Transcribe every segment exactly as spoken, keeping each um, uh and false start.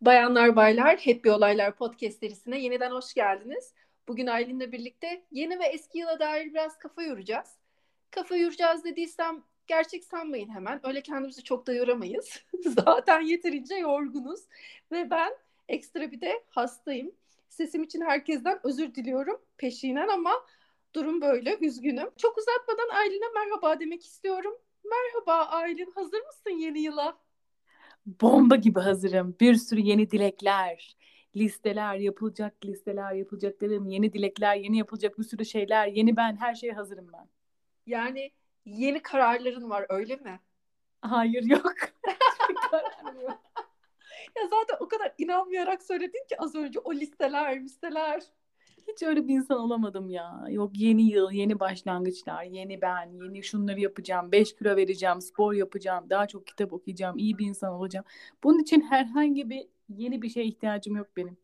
Bayanlar baylar, Hep Bir Olaylar podcast serisine yeniden hoş geldiniz. Bugün Aylin'le birlikte yeni ve eski yıla dair biraz kafa yoracağız. Kafa yoracağız dediysem gerçek sanmayın hemen. Öyle kendimizi çok da yoramayız. Zaten yeterince yorgunuz. Ve ben ekstra bir de hastayım. Sesim için herkesten özür diliyorum peşinen ama durum böyle, üzgünüm. Çok uzatmadan Aylin'e merhaba demek istiyorum. Merhaba Aylin, hazır mısın yeni yıla? Bomba gibi hazırım. Bir sürü yeni dilekler, listeler, yapılacak listeler, yapılacaklarım, yeni dilekler, yeni yapılacak bir sürü şeyler, yeni ben, her şeye hazırım ben. Yani yeni kararların var, öyle mi? Hayır, yok. Hiçbir kararım yok. Ya zaten o kadar inanmayarak söyledin ki az önce o listeler, listeler. Hiç öyle bir insan olamadım ya. Yok, yeni yıl, yeni başlangıçlar, yeni ben, yeni şunları yapacağım, beş kilo vereceğim, spor yapacağım, daha çok kitap okuyacağım, iyi bir insan olacağım. Bunun için herhangi bir yeni bir şeye ihtiyacım yok benim.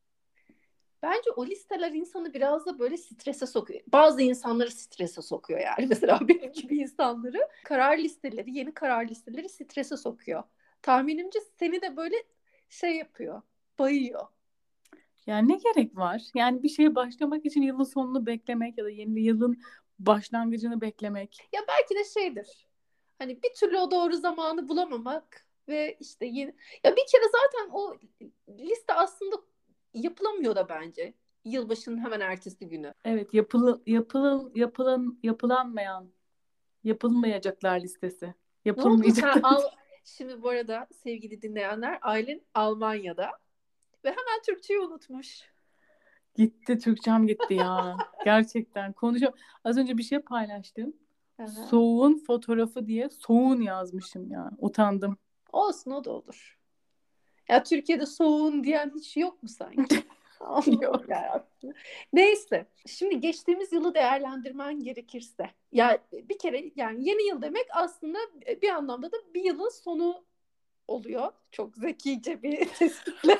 Bence o listeler insanı biraz da böyle strese sokuyor. Bazı insanları strese sokuyor yani. Mesela benim gibi insanları karar listeleri, yeni karar listeleri strese sokuyor. Tahminimce seni de böyle şey yapıyor, bayıyor. Yani ne gerek var? Yani bir şeye başlamak için yılın sonunu beklemek ya da yeni yılın başlangıcını beklemek. Ya belki de şeydir. Hani bir türlü o doğru zamanı bulamamak ve işte yeni... Ya bir kere zaten o liste aslında yapılamıyor da bence. Yılbaşının hemen ertesi günü. Evet, yapılı, yapılı, yapılan, yapılanmayan, yapılmayacaklar listesi. Ne oldu sen Yapılmayacaklar. al... Şimdi bu arada sevgili dinleyenler, Aylin Almanya'da ve hemen Türkçeyi unutmuş. Gitti, Türkçem gitti ya. Gerçekten konuşuyorum. Az önce bir şey paylaştım. Aha. Soğuğun fotoğrafı diye soğun yazmışım ya. Utandım. Olsun, o da olur. Ya Türkiye'de soğuğun diyen hiç yok mu sanki? Allah'ım Yok. yarabbim. Neyse. Şimdi geçtiğimiz yılı değerlendirmen gerekirse. Ya bir kere yani yeni yıl demek aslında bir anlamda da bir yılın sonu oluyor. Çok zekice bir tespitle.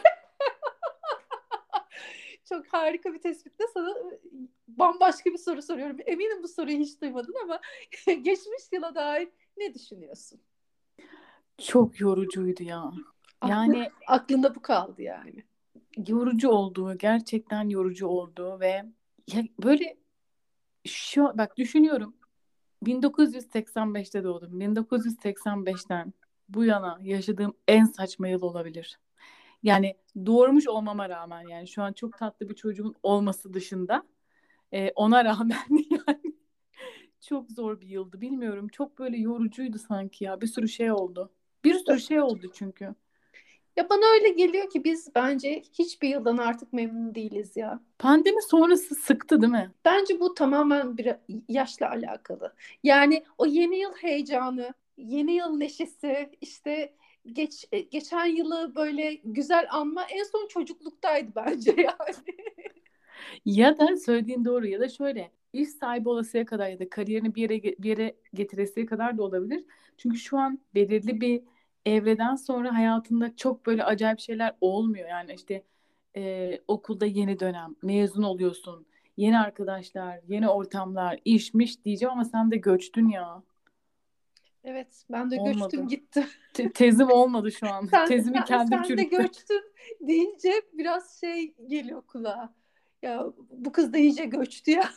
Çok harika bir tespitle sana bambaşka bir soru soruyorum. Eminim bu soruyu hiç duymadın ama geçmiş yıla dair ne düşünüyorsun? Çok yorucuydu ya. Aklı, Yani aklında bu kaldı yani. yorucu olduğu, gerçekten yorucu olduğu ve ya böyle şu bak düşünüyorum. bin dokuz yüz seksen beşte doğdum. bin dokuz yüz seksen beşten bu yana yaşadığım en saçma yıl olabilir. Yani doğurmuş olmama rağmen, yani şu an çok tatlı bir çocuğun olması dışında e, ona rağmen yani çok zor bir yıldı. Bilmiyorum, çok böyle yorucuydu sanki ya. Bir sürü şey oldu. Bir sürü şey oldu çünkü. Ya bana öyle geliyor ki biz bence hiçbir yıldan artık memnun değiliz ya. Pandemi sonrası sıktı değil mi? Bence bu tamamen bir yaşla alakalı. Yani o yeni yıl heyecanı, yeni yıl neşesi, işte geç, geçen yılı böyle güzel anma en son çocukluktaydı bence yani. Ya da söylediğin doğru, ya da şöyle iş sahibi olasıya kadar ya da kariyerini bir yere bir yere getiresiye kadar da olabilir. Çünkü şu an belirli bir evreden sonra hayatında çok böyle acayip şeyler olmuyor. Yani işte e, okulda yeni dönem, mezun oluyorsun, yeni arkadaşlar, yeni ortamlar, işmiş diyeceğim ama sen de göçtün ya. Evet, ben de göçtüm Olmadı. gittim. Te- tezim olmadı şu an. Sen, Tezimi sen, kendim sen de çürüttüm. göçtün deyince biraz şey geliyor kulağa. Ya bu kız da iyice göçtü ya.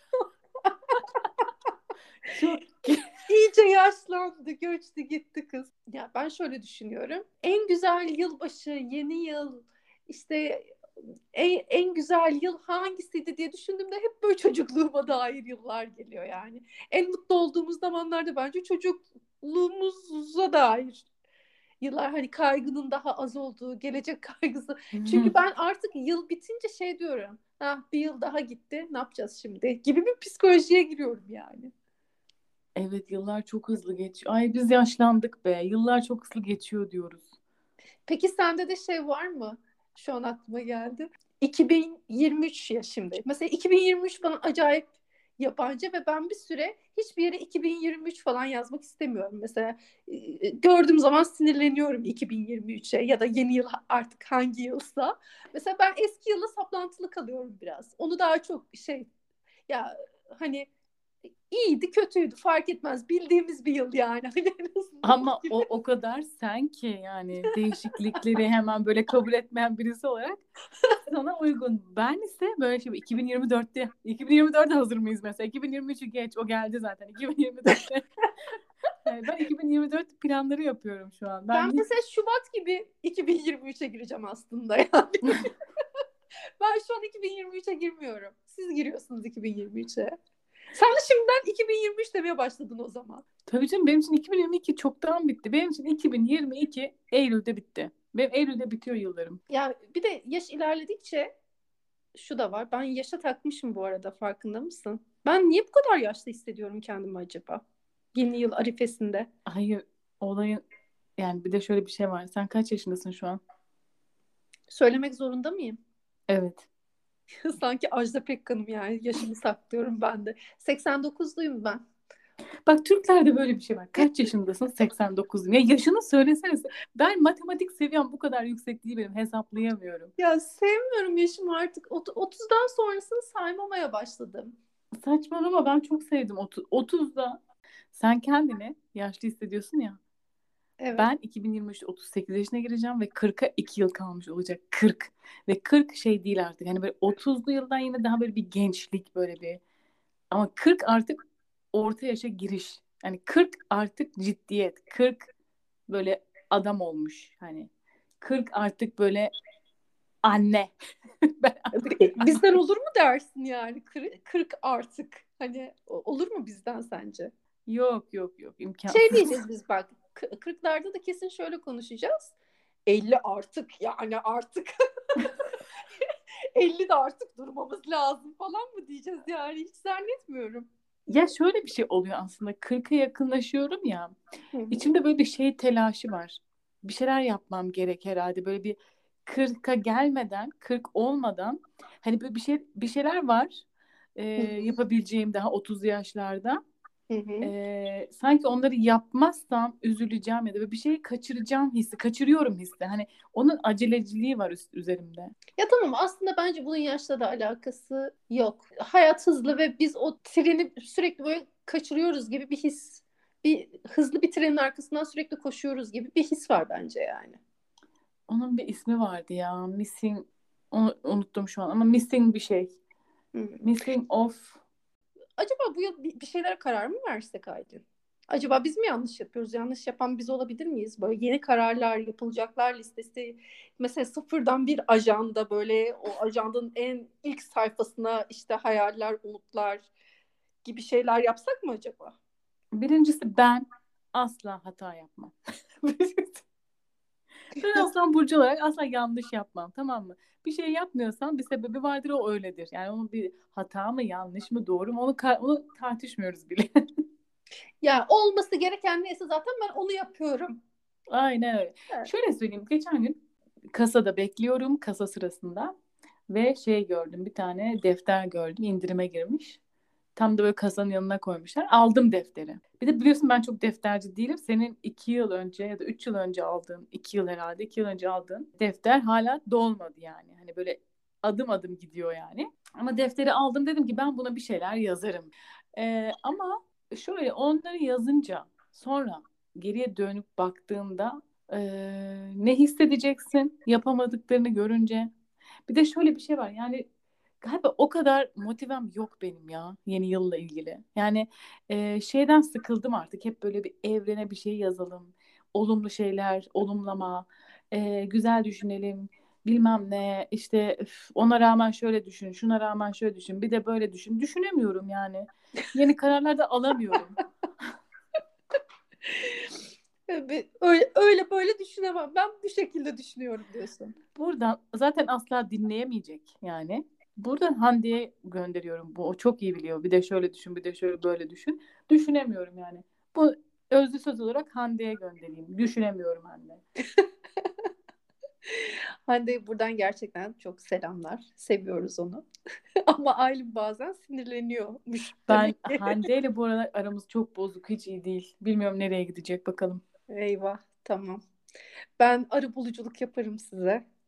Çok İyice yaşlandı, göçtü gitti kız. Ya ben şöyle düşünüyorum. En güzel yılbaşı, yeni yıl, işte en, en güzel yıl hangisiydi diye düşündüğümde hep böyle çocukluğuma dair yıllar geliyor yani. En mutlu olduğumuz zamanlarda bence çocukluğumuza dair yıllar, hani kaygının daha az olduğu, gelecek kaygısı. Çünkü ben artık yıl bitince şey diyorum. Ha, bir yıl daha gitti, ne yapacağız şimdi gibi bir psikolojiye giriyorum yani. Evet, yıllar çok hızlı geçiyor. Ay, biz yaşlandık be. Yıllar çok hızlı geçiyor diyoruz. Peki sende de şey var mı? Şu an aklıma geldi. iki bin yirmi üç ya şimdi. Mesela iki bin yirmi üç bana acayip yabancı ve ben bir süre hiçbir yere iki bin yirmi üç falan yazmak istemiyorum. Mesela e, gördüğüm zaman sinirleniyorum iki bin yirmi üçe ya da yeni yıl artık hangi yılsa. Mesela ben eski yıla saplantılı kalıyorum biraz. Onu daha çok şey, ya hani İyiydi, kötüydü fark etmez. Bildiğimiz bir yıl yani. Hani en azından Ama o o kadar sen ki yani değişiklikleri hemen böyle kabul etmeyen birisi olarak sana uygun. Ben ise böyle şey iki bin yirmi dörtte iki bin yirmi dörde hazır mıyız mesela? iki bin yirmi üçü geç, o geldi zaten. iki bin yirmi dörtte yani ben iki bin yirmi dört planları yapıyorum şu an. Ben ben hiç mesela Şubat gibi iki bin yirmi üçe gireceğim aslında yani. Ben şu an iki bin yirmi üçe girmiyorum. Siz giriyorsunuz iki bin yirmi üçe. Sen de şimdiden iki bin yirmi üç demeye başladın o zaman. tabii canım, benim için iki bin yirmi iki çoktan bitti. Benim için iki bin yirmi iki Eylül'de bitti. Benim Eylül'de bitiyor yıllarım. Ya bir de yaş ilerledikçe şu da var. Ben yaşa takmışım bu arada, farkında mısın? Ben niye bu kadar yaşlı hissediyorum kendimi acaba? Yeni yıl arifesinde. Hayır, olayın yani bir de şöyle bir şey var. Sen kaç yaşındasın şu an? Söylemek zorunda mıyım? Evet. Sanki Ajda Pekkan'ım yani. Yaşımı saklıyorum ben de. seksen dokuzluyum ben. Bak, Türklerde böyle bir şey var. Kaç yaşındasın? seksen dokuzum. Ya yaşını söylesene. Ben matematik seviyem bu kadar yüksek değil benim. Hesaplayamıyorum. Ya sevmiyorum yaşımı artık. Ot- otuzdan sonrasını saymamaya başladım. Saçmalama, ben çok sevdim. Otu- otuzda sen kendini yaşlı hissediyorsun ya. Evet. Ben iki bin yirmi üçte otuz sekiz yaşına gireceğim ve kırka iki yıl kalmış olacak. kırk. Ve kırk şey değil artık. Hani böyle otuzlu yıldan yine daha böyle bir gençlik, böyle bir. Ama kırk artık orta yaşa giriş. Yani kırk artık ciddiyet. kırk böyle adam olmuş. Hani kırk artık böyle anne. Ben artık bir Bizden anne. olur mu dersin yani? Kır- kırk artık. Hani o- olur mu bizden sence? Yok yok yok, Şey imkansız. diyeceğiz biz bak. k- kırklarda da kesin şöyle konuşacağız. elli artık yani artık. elli de artık durmamız lazım falan mı diyeceğiz yani? Hiç zannetmiyorum. Ya şöyle bir şey oluyor aslında. kırka yakınlaşıyorum ya. Hı hı. İçimde böyle bir şey telaşı var. Bir şeyler yapmam gerek herhalde. Böyle bir kırka gelmeden, kırk olmadan hani böyle bir şey bir şeyler var. Ee, Hı hı. yapabileceğim daha otuzlu yaşlarda. Hı hı. Ee, sanki onları yapmazsam üzüleceğim ya da böyle bir şeyi kaçıracağım hissi, kaçırıyorum hissi. Hani onun aceleciliği var üst, üzerimde. Ya tamam, aslında bence bunun yaşla da alakası yok. Hayat hızlı ve biz o treni sürekli böyle kaçırıyoruz gibi bir his. Bir hızlı bir trenin arkasından sürekli koşuyoruz gibi bir his var bence yani. Onun bir ismi vardı ya. Missing, onu unuttum şu an ama missing bir şey. Hı. Missing of. Acaba bu yıl bir bir şeylere karar mı versek Aylin? Acaba biz mi yanlış yapıyoruz? Yanlış yapan biz olabilir miyiz? Böyle yeni kararlar, yapılacaklar listesi. Mesela sıfırdan bir ajanda, böyle o ajandanın en ilk sayfasına işte hayaller, umutlar gibi şeyler yapsak mı acaba? Birincisi, ben asla hata yapmam. Ben Aslan Burcu olarak asla yanlış yapmam, tamam mı? Bir şey yapmıyorsam bir sebebi vardır, o öyledir. Yani onun bir hata mı, yanlış mı, doğru mu, onu, ka- onu tartışmıyoruz bile. Ya olması gereken neyse zaten ben onu yapıyorum. Aynen öyle. Evet. Şöyle söyleyeyim, geçen gün kasada bekliyorum, kasa sırasında ve şey gördüm, bir tane defter gördüm, indirime girmiş. Tam da böyle kasanın yanına koymuşlar. Aldım defteri. Bir de biliyorsun ben çok defterci değilim. Senin iki yıl önce ya da üç yıl önce aldığın, iki yıl herhalde, iki yıl önce aldığın defter hala dolmadı yani. Hani böyle adım adım gidiyor yani. Ama defteri aldım, dedim ki ben buna bir şeyler yazarım. Ee, ama şöyle onları yazınca sonra geriye dönüp baktığında ee, ne hissedeceksin yapamadıklarını görünce? Bir de şöyle bir şey var yani, galiba o kadar motivem yok benim ya yeni yılla ilgili. Yani e, şeyden sıkıldım artık. Hep böyle bir evrene bir şey yazalım. Olumlu şeyler, olumlama, e, güzel düşünelim. Bilmem ne işte, üf, ona rağmen şöyle düşün, şuna rağmen şöyle düşün, bir de böyle düşün. Düşünemiyorum yani. Yeni kararlar da alamıyorum. Öyle, öyle böyle düşünemem. Ben bu şekilde düşünüyorum diyorsun. Buradan zaten asla dinleyemeyecek yani. Buradan Hande'ye gönderiyorum bu. O çok iyi biliyor. Bir de şöyle düşün, bir de şöyle böyle düşün. Düşünemiyorum yani. Bu özlü söz olarak Hande'ye göndereyim. Düşünemiyorum Hande. Hande buradan gerçekten çok selamlar. Seviyoruz onu. Ama Aylin bazen sinirleniyormuş Ben demek ki. Hande ile bu arada aramız çok bozuk. Hiç iyi değil. Bilmiyorum nereye gidecek, bakalım. Eyvah, tamam. Ben arı buluculuk yaparım size.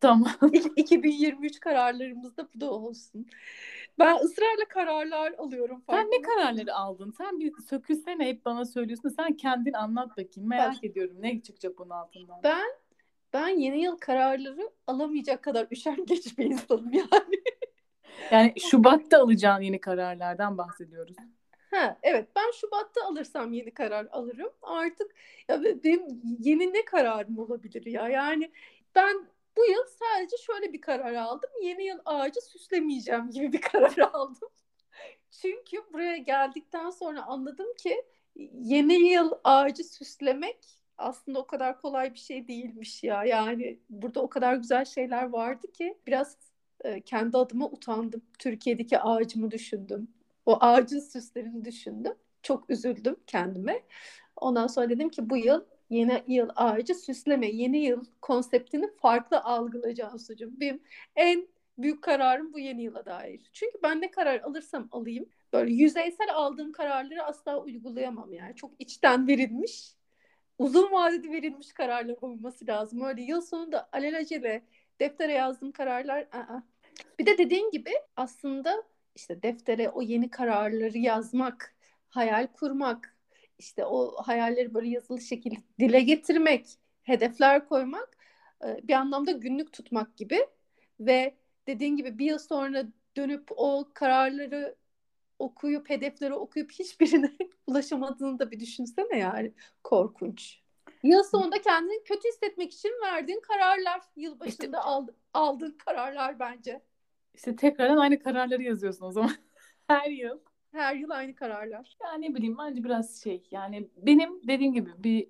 Tamam. iki bin yirmi üç kararlarımızda bu da olsun. Ben ısrarla kararlar alıyorum, Sen ne farkında mısın? kararları aldın? Sen bir sökülsene, hep bana söylüyorsun. Sen kendin anlat bakayım. Bak, Merak ediyorum ne çıkacak bunun altından. ben ben yeni yıl kararları alamayacak kadar üşengeç bir insanım yani. Yani Şubat'ta alacağın yeni kararlardan bahsediyoruz. Ha, evet, ben Şubat'ta alırsam yeni karar alırım. Artık ya be- benim yeni ne kararım olabilir ya? Yani ben bu yıl sadece şöyle bir karar aldım. Yeni yıl ağacı süslemeyeceğim gibi bir karar aldım. Çünkü buraya geldikten sonra anladım ki yeni yıl ağacı süslemek aslında o kadar kolay bir şey değilmiş ya. Yani burada o kadar güzel şeyler vardı ki biraz e, kendi adıma utandım. Türkiye'deki ağacımı düşündüm. O ağacın süslerini düşündüm. Çok üzüldüm kendime. Ondan sonra dedim ki bu yıl yeni yıl ağacı süsleme. Yeni yıl konseptini farklı algılayacağım sucum. Benim en büyük kararım bu yeni yıla dair. Çünkü ben ne karar alırsam alayım böyle yüzeysel aldığım kararları asla uygulayamam yani. Çok içten verilmiş, uzun vadede verilmiş kararlar olması lazım. Öyle yıl sonunda alelacele deftere yazdığım kararlar ı-ı. Bir de dediğin gibi aslında işte deftere o yeni kararları yazmak, hayal kurmak, işte o hayalleri böyle yazılı şekilde dile getirmek, hedefler koymak e, bir anlamda günlük tutmak gibi ve dediğin gibi bir yıl sonra dönüp o kararları okuyup hedefleri okuyup hiçbirine ulaşamadığını da bir düşünsene yani. Korkunç. Yıl sonunda kendini kötü hissetmek için verdiğin kararlar. İşte Yılbaşında ald- aldığın kararlar bence. işte tekrardan aynı kararları yazıyorsun o zaman. Her yıl. Her yıl aynı kararlar. Ya ne bileyim, bence biraz şey, yani benim dediğim gibi bir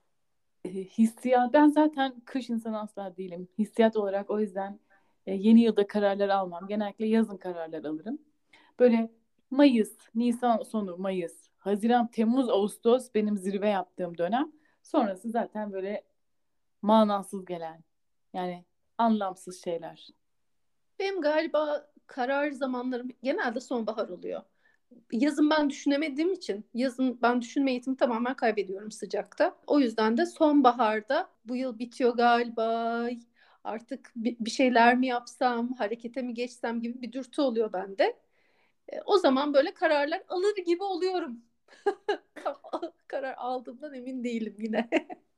e, hissiyat, ben zaten kış insanı asla değilim. Hissiyat olarak, o yüzden e, yeni yılda kararlar almam. Genellikle yazın kararlar alırım. Böyle Mayıs, Nisan sonu Mayıs, Haziran, Temmuz, Ağustos benim zirve yaptığım dönem. Sonrası zaten böyle manasız gelen, yani anlamsız şeyler. Benim galiba karar zamanlarım genelde sonbahar oluyor. Yazın ben düşünemediğim için yazın ben düşünme yetimi tamamen kaybediyorum sıcakta. O yüzden de sonbaharda bu yıl bitiyor galiba. Artık bir, bir şeyler mi yapsam, harekete mi geçsem gibi bir dürtü oluyor bende. E, o zaman böyle kararlar alır gibi oluyorum. Karar aldığımdan emin değilim yine.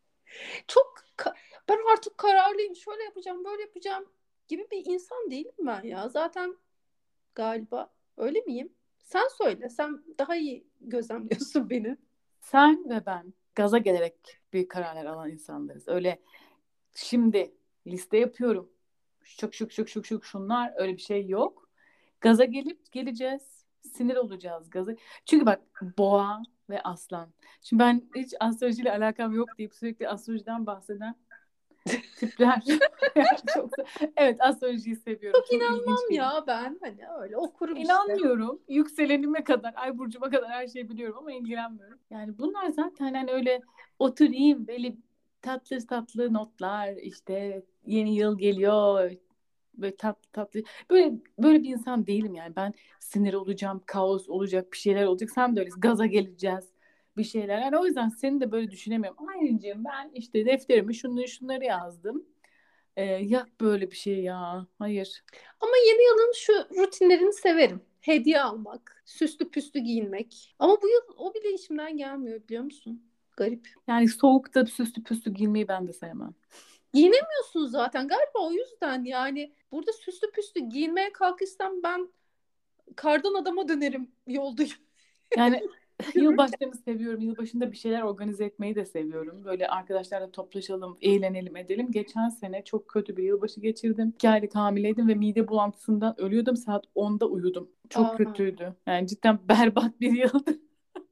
Çok ka- ben artık kararlıyım. Şöyle yapacağım, böyle yapacağım gibi bir insan değilim ben ya. Zaten galiba öyle miyim? Sen söyle. Sen daha iyi gözlemliyorsun beni. Sen ve ben gaza gelerek büyük kararlar alan insanlarız. Öyle şimdi liste yapıyorum. Şık şık şık şık şık şunlar, öyle bir şey yok. Gaza gelip geleceğiz. Sinir olacağız gazı. Çünkü bak, boğa ve aslan. Şimdi ben hiç astrolojiyle alakam yok deyip sürekli astrolojiden bahseden tipler. Yani çok evet, astrolojiyi seviyorum. Çok Çok ilginç inanmam gelir. ya ben. Hani öyle okurum işte. İnanmıyorum. Yükselenime kadar, ay burcuma kadar her şeyi biliyorum ama ilgilenmiyorum. Yani bunlar zaten hani öyle oturayım böyle tatlı tatlı notlar, işte yeni yıl geliyor, böyle tatlı tatlı, böyle böyle bir insan değilim yani. Ben sinir olacağım, kaos olacak, bir şeyler olacak. Sen de öylesin, gaza geleceğiz bir şeyler. Yani o yüzden seni de böyle düşünemiyorum. Aynıcığım, ben işte defterimi şunları şunları yazdım. Ee, yak böyle bir şey ya. Hayır. Ama yeni yılın şu rutinlerini severim. Hediye almak, süslü püslü giyinmek. Ama bu yıl o bile işimden gelmiyor biliyor musun? Garip. Yani soğukta süslü püslü giymeyi ben de sevmem. Giyinemiyorsun zaten galiba o yüzden yani burada süslü püslü giyinmeye kalkışsam ben kardan adama dönerim yolda Yani yürürken. yılbaşlarını seviyorum. Yılbaşında bir şeyler organize etmeyi de seviyorum. Böyle arkadaşlarla toplaşalım, eğlenelim, edelim. Geçen sene çok kötü bir yılbaşı geçirdim. İki aylık hamileydim ve mide bulantısından ölüyordum. Saat onda uyudum. Çok Aa, kötüydü. Yani cidden berbat bir yıldı.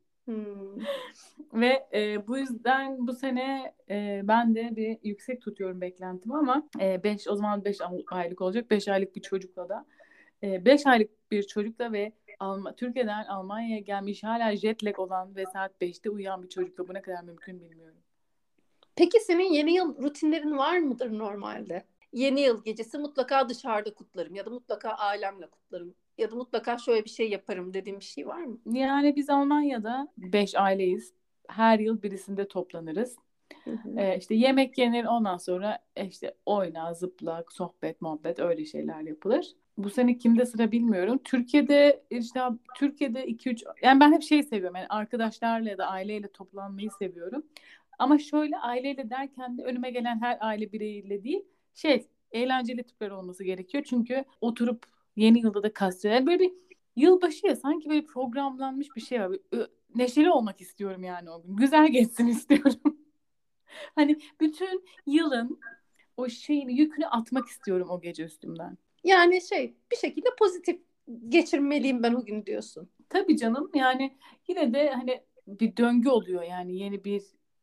hmm. Ve e, bu yüzden bu sene e, ben de bir yüksek tutuyorum beklentimi, ama e, beş, o zaman beş aylık olacak. Beş aylık bir çocukla da e, beş aylık bir çocukla ve Alma, Türkiye'den Almanya'ya gelmiş, hala jet lag olan ve saat beşte uyuyan bir çocukla bu ne kadar mümkün bilmiyorum. Peki senin yeni yıl rutinlerin var mıdır normalde? Yeni yıl gecesi mutlaka dışarıda kutlarım ya da mutlaka ailemle kutlarım ya da mutlaka şöyle bir şey yaparım dediğim bir şey var mı? Yani biz Almanya'da beş aileyiz. Her yıl birisinde toplanırız. Hı hı. Ee, işte yemek yenir, ondan sonra e, işte oyna, zıpla, sohbet, muhabbet, öyle şeyler yapılır. Bu sene kimde sıra bilmiyorum. Türkiye'de işte Türkiye'de iki üç, yani ben hep şeyi seviyorum. Yani arkadaşlarla ya da aileyle toplanmayı seviyorum. Ama şöyle, aileyle derken de önüme gelen her aile bireyiyle değil, şey, eğlenceli tipler olması gerekiyor. Çünkü oturup yeni yılda da kastediyor. Yani böyle bir yılbaşı ya, sanki böyle programlanmış bir şey var. Böyle, ö- neşeli olmak istiyorum yani o gün. Güzel geçsin istiyorum. Hani bütün yılın o şeyini, yükünü atmak istiyorum o gece üstümden. Yani şey, bir şekilde pozitif geçirmeliyim ben o gün diyorsun. Tabii canım, yani yine de hani bir döngü oluyor, yani yeni bir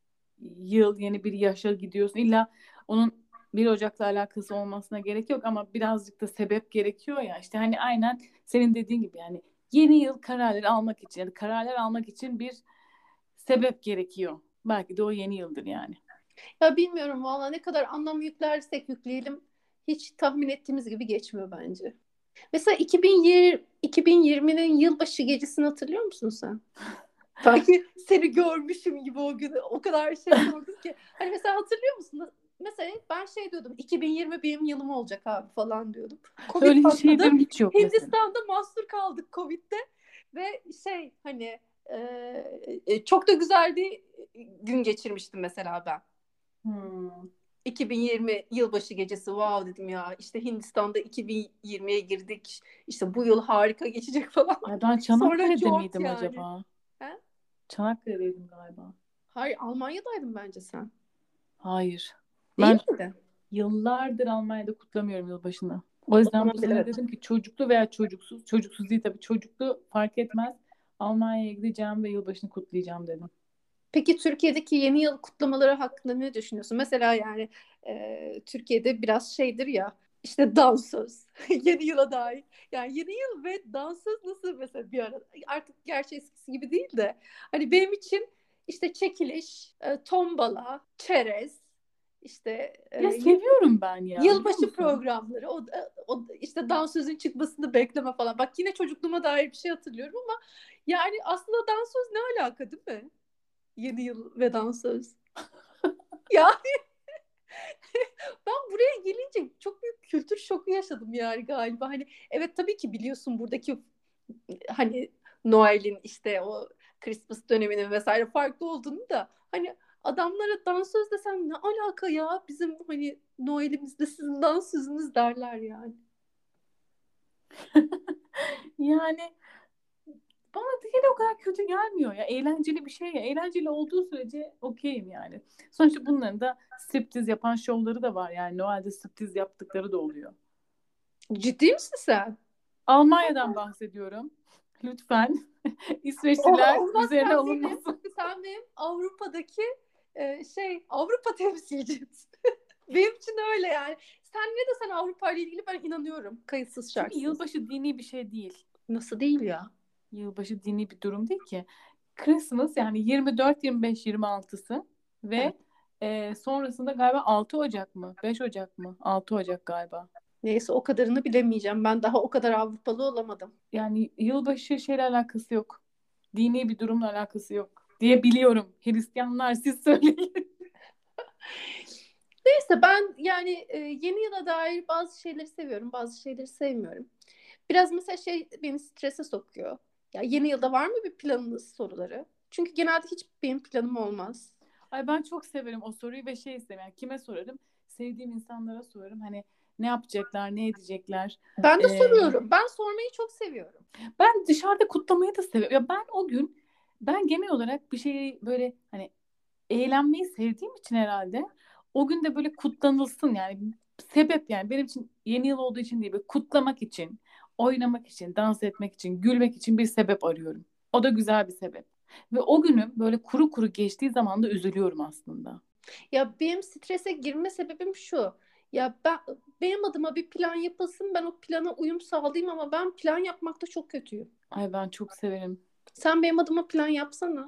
yıl, yeni bir yaşa gidiyorsun. İlla onun bir Ocak'la alakası olmasına gerek yok ama birazcık da sebep gerekiyor ya. İşte hani aynen senin dediğin gibi, yani yeni yıl kararları almak için, yani kararlar almak için bir sebep gerekiyor. Belki de o yeni yıldır yani. Ya bilmiyorum valla, ne kadar anlam yüklersek yükleyelim hiç tahmin ettiğimiz gibi geçmiyor bence. Mesela iki bin yirmi, iki bin yirminin yılbaşı gecesini hatırlıyor musun sen? Sanki seni görmüşüm gibi o gün. O kadar şey sordum ki. Hani mesela hatırlıyor musun? Mesela ben şey diyordum. iki bin yirmi benim yılım olacak abi falan diyordum. Covid Öyle patladı. şeylerim hiç yok mesela. Hindistan'da mahsur kaldık Covid'de. Ve şey hani e, e, çok da güzel bir gün geçirmiştim mesela ben. Hmm. iki bin yirmi yılbaşı gecesi, wow dedim ya, işte Hindistan'da iki bin yirmiye girdik, işte bu yıl harika geçecek falan. Ay, ben Sonra Çanakkale'de cort miydim yani. acaba? He? Çanakkale'deydim galiba. Hayır, Almanya'daydın bence sen. Hayır. Değil Ben miydi? yıllardır Almanya'da kutlamıyorum yılbaşını. O O yüzden zaman bu sene bilemedim. dedim ki çocuklu veya çocuksuz, çocuksuz değil tabii, çocuklu fark etmez. Almanya'ya gideceğim ve yılbaşını kutlayacağım dedim. Peki Türkiye'deki yeni yıl kutlamaları hakkında ne düşünüyorsun? Mesela yani e, Türkiye'de biraz şeydir ya, işte dansöz yeni yıla dair. Yani yeni yıl ve dansöz nasıl mesela bir arada? Artık gerçi eskisi gibi değil de hani benim için işte çekiliş, e, tombala, çerez, işte Ya e, seviyorum ben ya, biliyor yılbaşı musun? programları, o, o işte dansözün çıkmasını bekleme falan. Bak yine çocukluğuma dair bir şey hatırlıyorum ama yani aslında dansöz ne alaka değil mi? Yeni yıl ve dansöz. Ya ben buraya gelince çok büyük kültür şoku yaşadım yani galiba. Hani evet, tabii ki biliyorsun buradaki hani Noel'in, işte o Christmas döneminin vesaire farklı olduğunu da, hani adamlara dansöz desem ne alaka ya, bizim hani Noel'imizde sizin dansözünüz derler yani. Yani bana da yine o kadar kötü gelmiyor ya. Eğlenceli bir şey ya. Eğlenceli olduğu sürece okeyim yani. Sonuçta bunların da striptiz yapan şovları da var yani. Noel'de striptiz yaptıkları da oluyor. Ciddi misin sen? Almanya'dan bahsediyorum. Lütfen O, İsveçliler olmaz, üzerine sen benim alınmasın. sen benim Avrupa'daki e, şey Avrupa temsilcimsin. Benim için öyle yani. Sen ne desen Avrupa ile ilgili ben inanıyorum. Kayıtsız Çünkü şartsız. yılbaşı dini bir şey değil. Nasıl değil ya? Yılbaşı dini bir durum değil ki. Christmas yani yirmi dört, yirmi beş, yirmi altısı Evet. ve e, sonrasında galiba altı Ocak mı? beş Ocak mı? altı Ocak galiba. Neyse, o kadarını bilemeyeceğim. Ben daha o kadar Avrupalı olamadım. Yani yılbaşı şeyle alakası yok. Dini bir durumla alakası yok diye biliyorum. Hristiyanlar, siz söyleyin. Neyse, ben yani e, yeni yıla dair bazı şeyleri seviyorum, bazı şeyleri sevmiyorum. Biraz mesela şey beni strese sokuyor. Ya yeni yılda var mı bir planınız soruları? Çünkü genelde hiç benim planım olmaz. Ay, ben çok severim o soruyu ve şey isterim. Yani kime sorarım? Sevdiğim insanlara sorarım. Hani ne yapacaklar, ne edecekler. Ben de Ee, soruyorum. Ben sormayı çok seviyorum. Ben dışarıda kutlamayı da seviyorum. Ya ben o gün, ben genel olarak bir şeyi böyle hani eğlenmeyi sevdiğim için herhalde o gün de böyle kutlanılsın yani, sebep, yani benim için yeni yıl olduğu için değil, böyle kutlamak için, oynamak için, dans etmek için, gülmek için bir sebep arıyorum. O da güzel bir sebep. Ve o günüm böyle kuru kuru geçtiği zaman da üzülüyorum aslında. Ya benim strese girme sebebim şu. Ya ben, benim adıma bir plan yapılsın, ben o plana uyum sağlayayım ama ben plan yapmakta çok kötüyüm. Ay, ben çok severim. Sen benim adıma plan yapsana.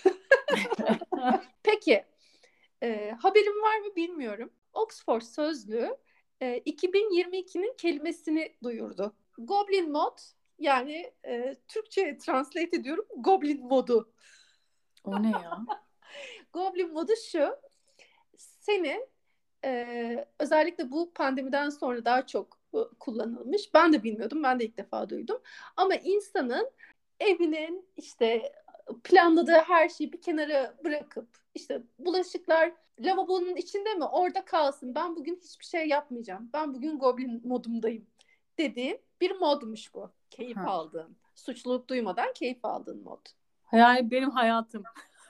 Peki, e, haberin var mı bilmiyorum. Oxford Sözlüğü e, iki bin yirmi ikinin kelimesini duyurdu. Goblin Mod, yani e, Türkçe'ye translate ediyorum, Goblin modu. O ne ya? Goblin modu şu. seni e, özellikle bu pandemiden sonra daha çok e, kullanılmış. Ben de bilmiyordum. Ben de ilk defa duydum. Ama insanın evinin işte planladığı her şeyi bir kenara bırakıp işte bulaşıklar lavabonun içinde mi? Orada kalsın. Ben bugün hiçbir şey yapmayacağım. Ben bugün goblin modumdayım dediğin bir modmuş bu. Keyif Ha. aldığın. Suçluluk duymadan keyif aldığın mod. Yani benim hayatım.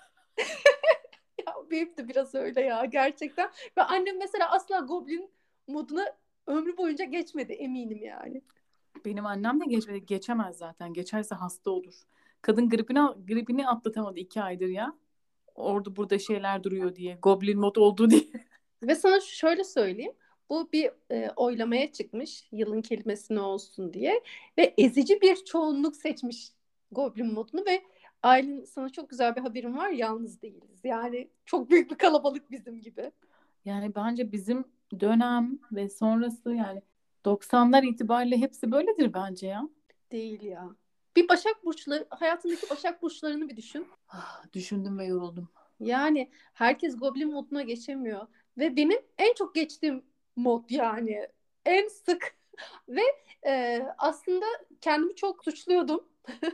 Ya benim de biraz öyle ya gerçekten. Ve annem mesela asla goblin moduna ömrü boyunca geçmedi eminim yani. Benim annem de geçmedi. Geçemez zaten. Geçerse hasta olur. Kadın gripini gripini atlatamadı iki aydır ya. Orada burada şeyler duruyor diye. Goblin mod oldu diye. Ve sana şöyle söyleyeyim. Bu bir e, oylamaya çıkmış yılın kelimesi ne olsun diye. Ve ezici bir çoğunluk seçmiş goblin modunu ve Aylin sana çok güzel bir haberim var. Yalnız değiliz. Yani çok büyük bir kalabalık bizim gibi. Yani bence bizim dönem ve sonrası yani doksanlar itibariyle hepsi böyledir bence ya. Değil ya. Bir Başak Burçları, hayatındaki Başak Burçlarını bir düşün. Ah, düşündüm ve yoruldum. Yani herkes Goblin moduna geçemiyor. Ve benim en çok geçtiğim mod yani. En sık. Ve e, aslında kendimi çok suçluyordum.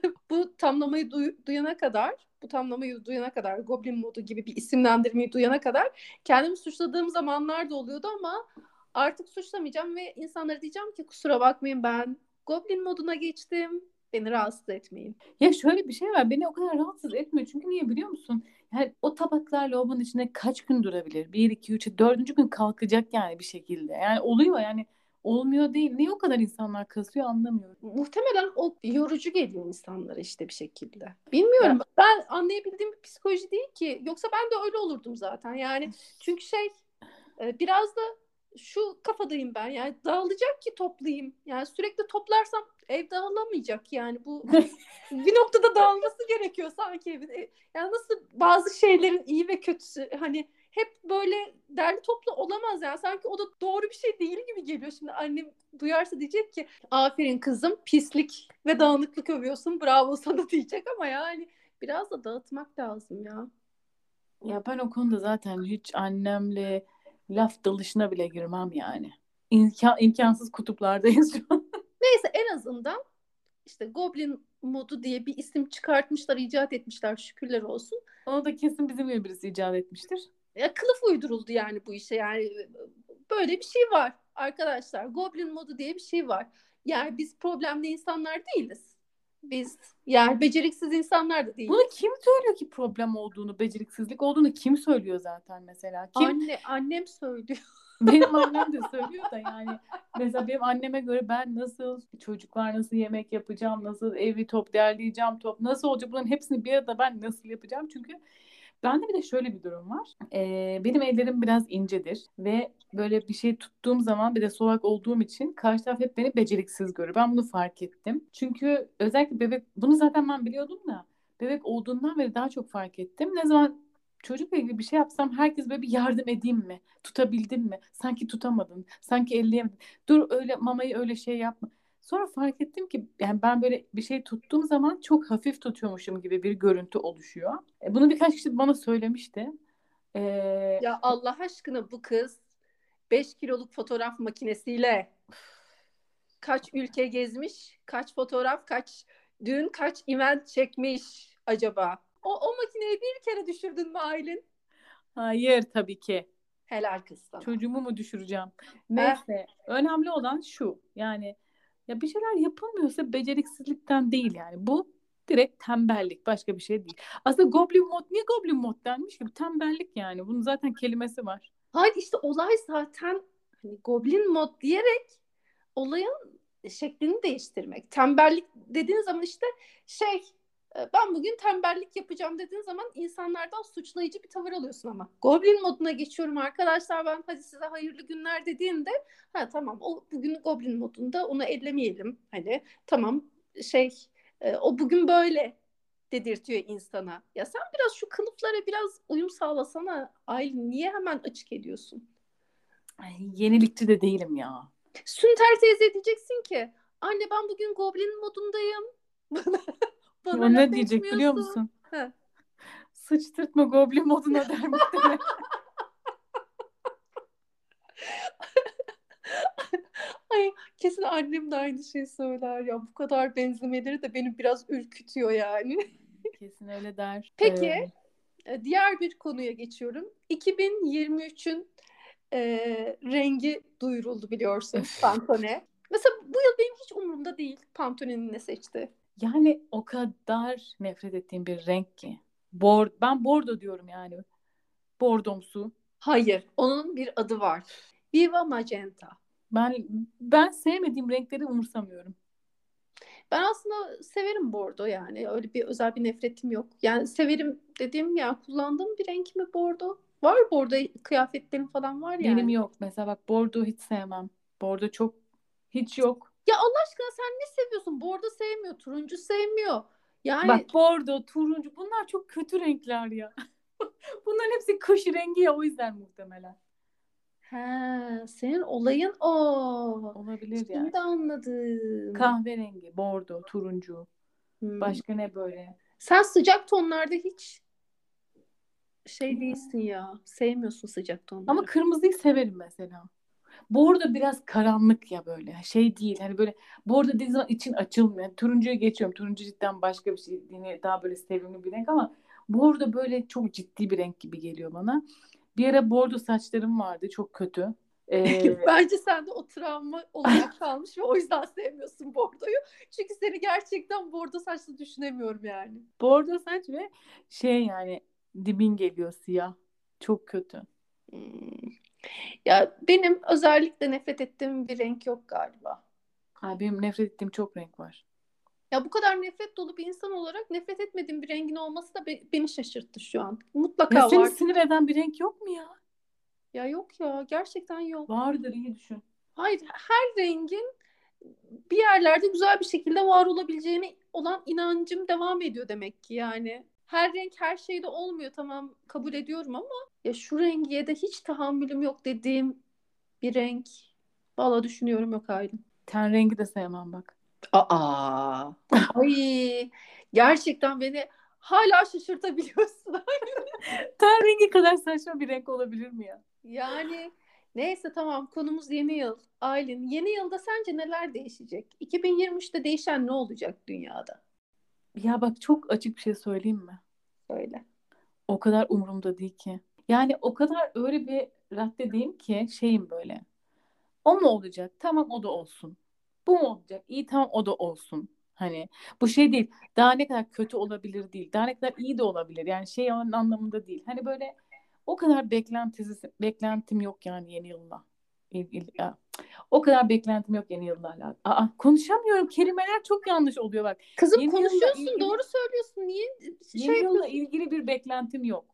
Bu tamlamayı duy- duyana kadar, bu tamlamayı duyana kadar, Goblin modu gibi bir isimlendirmeyi duyana kadar kendimi suçladığım zamanlar da oluyordu ama artık suçlamayacağım ve insanlara diyeceğim ki kusura bakmayın ben Goblin moduna geçtim. Beni rahatsız etmeyin. Ya şöyle bir şey var. Beni o kadar rahatsız etmiyor. Çünkü niye biliyor musun? Yani o tabaklar lavabonun içinde kaç gün durabilir? Bir, iki, üç, dördüncü gün kalkacak yani bir şekilde. Yani oluyor yani. Olmuyor değil. Niye o kadar insanlar kasıyor anlamıyorum. Muhtemelen o yorucu geliyor insanlara işte bir şekilde. Bilmiyorum. Ya Ben anlayabildiğim bir psikoloji değil ki. Yoksa ben de öyle olurdum zaten. Yani çünkü şey e, biraz da şu kafadayım ben. Yani dağılacak ki toplayayım. Yani sürekli toplarsam ev dağılamayacak. Yani bu bir noktada dağılması gerekiyor sanki evin. E, Yani nasıl bazı şeylerin iyi ve kötüsü hani hep böyle derli toplu olamaz yani. Sanki o da doğru bir şey değil gibi geliyor. Şimdi annem duyarsa diyecek ki aferin kızım pislik ve dağınıklık övüyorsun bravo sana diyecek ama yani biraz da dağıtmak lazım ya. ya ben o konuda zaten hiç annemle laf dalışına bile girmem yani. İmkan, imkansız kutuplardayız şu an. Neyse en azından işte Goblin modu diye bir isim çıkartmışlar, icat etmişler şükürler olsun. Onu da kesin bizim gibi birisi icat etmiştir. Ya kılıf uyduruldu yani bu işe yani böyle bir şey var arkadaşlar. Goblin modu diye bir şey var. Yani biz problemli insanlar değiliz. Biz yani beceriksiz insanlar da Bunu değiliz. kim söylüyor ki problem olduğunu, beceriksizlik olduğunu kim söylüyor zaten mesela? Kim? Anne annem söylüyor. Benim annem de söylüyor da yani mesela benim anneme göre ben nasıl çocuklar nasıl yemek yapacağım, nasıl evi top derleyeceğim, top nasıl olacak bunların hepsini bir arada ben nasıl yapacağım? Çünkü bende bir de şöyle bir durum var. Ee, benim ellerim biraz incedir ve böyle bir şey tuttuğum zaman bir de solak olduğum için karşı taraf hep beni beceriksiz görür. Ben bunu fark ettim. Çünkü özellikle bebek bunu zaten ben biliyordum da bebek olduğundan beri daha çok fark ettim. Ne zaman çocukla ilgili bir şey yapsam herkes böyle bir yardım edeyim mi? Tutabildin mi? Sanki tutamadın. Sanki elleyemedin. Dur öyle mamayı öyle şey yapma. Sonra fark ettim ki yani ben böyle bir şey tuttuğum zaman çok hafif tutuyormuşum gibi bir görüntü oluşuyor. E, bunu birkaç kişi bana söylemişti. E, Ya Allah aşkına bu kız beş kiloluk fotoğraf makinesiyle kaç ülke gezmiş, kaç fotoğraf, kaç düğün, kaç event çekmiş acaba? O, o makineyi bir kere düşürdün mü Aylin? hayır tabii ki. Helal kız sana. Çocuğumu mu düşüreceğim? Eh, Neyse. Önemli olan şu. Yani ya bir şeyler yapılmıyorsa beceriksizlikten değil yani. Bu direkt tembellik. Başka bir şey değil. Aslında Goblin mod niye Goblin mod denmiş ki? Bu tembellik yani. Bunun zaten kelimesi var. hayır işte olay zaten hani Goblin mod diyerek olayın şeklini değiştirmek. Tembellik dediğin zaman işte şey e, ben bugün tembellik yapacağım dediğin zaman insanlardan suçlayıcı bir tavır alıyorsun ama. Goblin moduna geçiyorum arkadaşlar ben hadi size hayırlı günler dediğinde ha tamam o bugün Goblin modunda onu ellemeyelim. Hani tamam şey e, o bugün böyle dedirtiyor insana. Ya sen biraz şu kılıflara biraz uyum sağlasana. Aylin niye hemen açık ediyorsun? Ay, yenilikçi de değilim ya. Sünter teyze diyeceksin ki anne ben bugün Goblin modundayım. Bana, bana O laf ne diyecek biliyor etmiyorsun. musun? Ha. Sıçtırtma Goblin moduna der muhtemelen. Ay, kesin annem de aynı şeyi söyler ya. Bu kadar benzemeleri de beni biraz ürkütüyor yani. Kesin öyle der. Peki, Ee, e, diğer bir konuya geçiyorum. iki bin yirmi üçün e, rengi duyuruldu biliyorsun, öf. Pantone. Mesela bu yıl benim hiç umurumda değil Pantone'nin ne seçti. Yani o kadar nefret ettiğim bir renk ki. Bor ben bordo diyorum yani. Bordomsu. Hayır, onun bir adı var. Viva Magenta. Ben ben sevmediğim renkleri umursamıyorum. Ben aslında severim bordo yani. Öyle bir özel bir nefretim yok. Yani severim dediğim ya, kullandığım bir renk mi bordo? Var bordo kıyafetlerim falan var Benim yani. yok. Mesela bak bordo hiç sevmem. Bordo çok hiç yok. Ya Allah aşkına sen ne seviyorsun? Bordo sevmiyor, turuncu sevmiyor. Yani Bak bordo, turuncu bunlar çok kötü renkler ya. Bunların hepsi kış rengi ya o yüzden muhtemelen. he, senin olayın o. Olabilir Şimdi yani. anladım. Kahverengi, bordo, turuncu. Hmm. Başka ne böyle? Sen sıcak tonlarda hiç şey değilsin ya. Sevmiyorsun sıcak Ama tonları. kırmızıyı severim mesela. Bordo biraz karanlık ya böyle. Şey değil hani böyle bordo dediğin zaman için açılmıyor. Yani turuncuya geçiyorum. Turuncu cidden başka bir şey. Yine daha böyle sevimli bir renk ama bordo böyle çok ciddi bir renk gibi geliyor bana. Bir ara bordo saçlarım vardı. Çok kötü. Ee, Bence sende o travma olarak kalmış ve o yüzden sevmiyorsun bordoyu. Çünkü seni gerçekten bordo saçlı düşünemiyorum yani. bordo saç ve şey yani dibin geliyor siyah. Çok kötü. Hmm. Ya benim özellikle nefret ettiğim bir renk yok galiba. Ha, benim nefret ettiğim çok renk var. Ya bu kadar nefret dolu bir insan olarak nefret etmediğim bir rengin olması da be- beni şaşırttı şu an. Ya Mutlaka seni var. sinir eden bir renk yok mu ya? Ya yok ya, gerçekten yok. Vardır iyi düşün. Hayır, her rengin bir yerlerde güzel bir şekilde var olabileceğine olan inancım devam ediyor demek ki yani. Her renk her şeyde olmuyor, tamam, kabul ediyorum ama ya şu rengiye de hiç tahammülüm yok dediğim bir renk valla düşünüyorum, yok Aylin. Ten rengi de sevmem bak. Aa. Ay, gerçekten beni hala şaşırtabiliyorsun. Ten rengi kadar saçma bir renk olabilir mi ya? Yani neyse, tamam, konumuz yeni yıl. Aylin, yeni yılda sence neler değişecek? iki bin yirmi üçte değişen ne olacak dünyada? Ya bak çok açık bir şey söyleyeyim mi? Böyle. O kadar umurumda değil ki. Yani o kadar öyle bir raddedeyim ki şeyim böyle. O mu olacak? Tamam o da olsun. Bu mu olacak? İyi tamam o da olsun. Hani bu şey değil. Daha ne kadar kötü olabilir değil. Daha ne kadar iyi de olabilir. Yani şey onun anlamında değil. Hani böyle o kadar beklentisi, beklentim yok yani yeni yılla. İl- il- ya. O kadar beklentim yok yeni yılla alakalı. Aa, konuşamıyorum. Kelimeler çok yanlış oluyor bak. Kızım Yeni yılla konuşuyorsun, ilgili doğru söylüyorsun. Niye şey yeni yılla yapıyorsun? ilgili bir beklentim yok.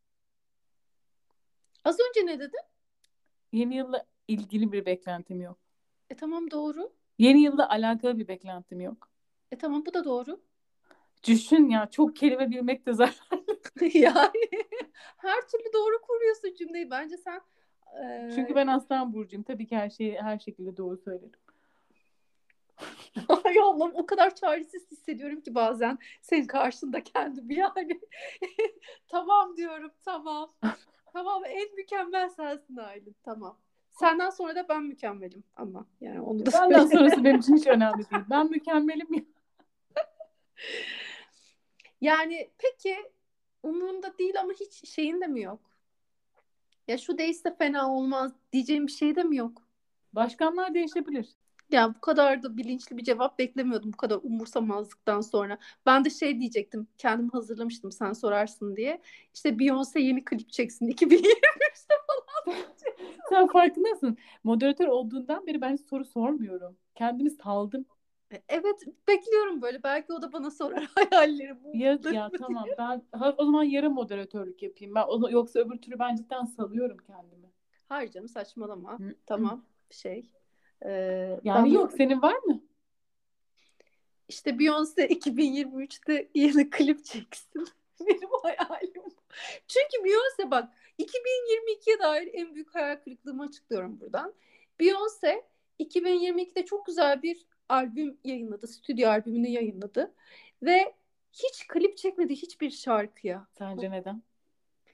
Az önce ne dedin? Yeni yılla ilgili bir beklentim yok. E tamam, doğru. Yeni yılla alakalı bir beklentim yok. E tamam, bu da doğru. Düşün ya çok kelime bilmek de zarar. Yani her türlü doğru kuruyorsun cümleyi. Bence sen Çünkü e, ben Aslan burcuyum. Tabii ki her şeyi her şekilde doğru söylerim. ay Allah'ım, o kadar çaresiz hissediyorum ki bazen senin karşında kendimi yani. Tamam diyorum, tamam. Tamam, en mükemmel sensin Aylin, tamam. Senden sonra da ben mükemmelim ama yani onu da Benden söyle. sonrası benim için hiç önemli değil. Ben mükemmelim ya. Yani peki, umurunda değil ama hiç şeyin de mi yok? Ya şu değişse fena olmaz diyeceğim bir şey de mi yok? Başkanlar değişebilir. Ya bu kadar da bilinçli bir cevap beklemiyordum bu kadar umursamazlıktan sonra. Ben de şey diyecektim, kendimi hazırlamıştım sen sorarsın diye. İşte Beyoncé yeni klip çeksin iki bin yirmi üçte falan. Sen farkındasın. Moderatör olduğundan beri ben hiç soru sormuyorum. Kendimi saldım. Evet, bekliyorum böyle. Belki o da bana sorar hayalleri bu Ya, umutlarımı ya tamam diye. ben ha, o zaman yarım moderatörlük yapayım. Ben o- yoksa öbür türlü ben cidden salıyorum kendimi. Hayır canım, saçmalama. Hı hı. Tamam, şey. Ee, Yani ben yok senin var mı? işte Beyoncé iki bin yirmi üçte yeni klip çeksin. Benim hayalim. Çünkü Beyoncé, bak, iki bin yirmi ikiye dair en büyük hayal kırıklığımı açıklıyorum buradan. Beyoncé iki bin yirmi ikide çok güzel bir albüm yayınladı. Stüdyo albümünü yayınladı. Ve hiç klip çekmedi hiçbir şarkıya. Sence neden?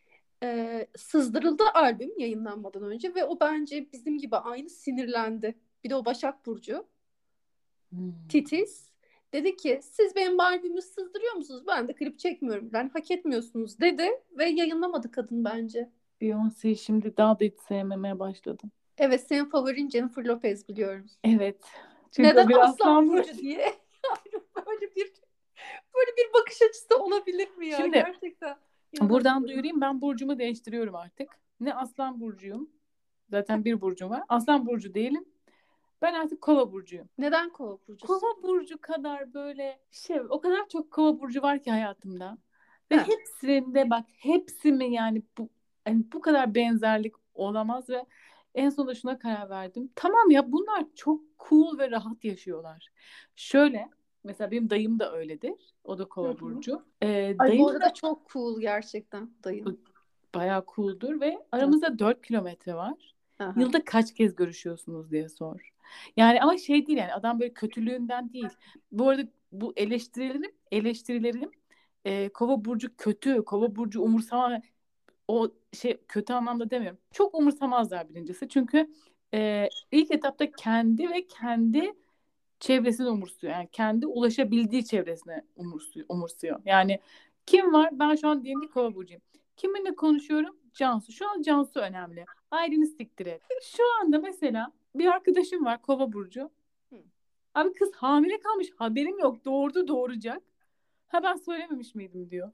e, sızdırıldı albüm yayınlanmadan önce ve o bence bizim gibi aynı sinirlendi. Bir de o Başak Burcu. Hmm. Titiz. Dedi ki siz benim albümümü sızdırıyor musunuz? Ben de klip çekmiyorum. Ben hak etmiyorsunuz dedi ve yayınlamadı kadın bence. Beyoncé'yi şimdi daha da hiç sevmemeye başladım. Evet, senin favorin Jennifer Lopez biliyorum. Evet. Çünkü Neden o bir Aslan aslan Burcu burcu. diye? Yani böyle bir böyle bir bakış açısı olabilir mi ya? Şimdi Gerçekten buradan inanamıyorum. duyurayım, ben burcumu değiştiriyorum artık. Ne aslan burcuyum. Zaten bir burcum var. Aslan burcu değilim. Ben artık kova burcuyum. Neden Kova burcusun? Kova burcu kadar böyle şey, o kadar çok kova burcu var ki hayatımda. Ve Ha. hepsinde bak, hepsi mi yani bu yani bu kadar benzerlik olamaz ve en sonunda şuna karar verdim. Tamam ya, bunlar çok cool ve rahat yaşıyorlar. Şöyle mesela benim dayım da öyledir. O da Hı kova hı. burcu. Ee, Ay bu dayım arada da çok cool gerçekten dayın. bayağı cool'dur ve Evet. aramızda dört kilometre var. Aha. Yılda kaç kez görüşüyorsunuz diye sor. Yani ama şey değil, yani adam böyle kötülüğünden değil. Bu arada bu eleştirilerim, eleştirilerim e, Kova burcu kötü, Kova burcu umursama, o şey kötü anlamda demiyorum. Çok umursamazlar birincisi. Çünkü e, ilk etapta kendi ve kendi çevresini umursuyor. Yani kendi ulaşabildiği çevresine umursuyor, umursuyor. Yani kim var? Ben şu an diyelim ki Kova burcuyum. Kiminle konuşuyorum? Cansu. Şu an Cansu önemli. Aileni siktir et. Şu anda mesela bir arkadaşım var Kova burcu. Hı. Abi kız hamile kalmış. Haberim yok. Doğurdu, doğuracak. Ha ben söylememiş miydim diyor.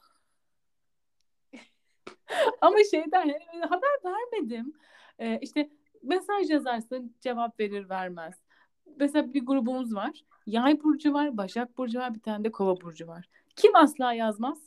Ama şeyden yani haber vermedim. Ee, işte mesaj yazarsın, cevap verir vermez. Mesela bir grubumuz var. Yay burcu var, Başak burcu var, bir tane de Kova burcu var. Kim asla yazmaz?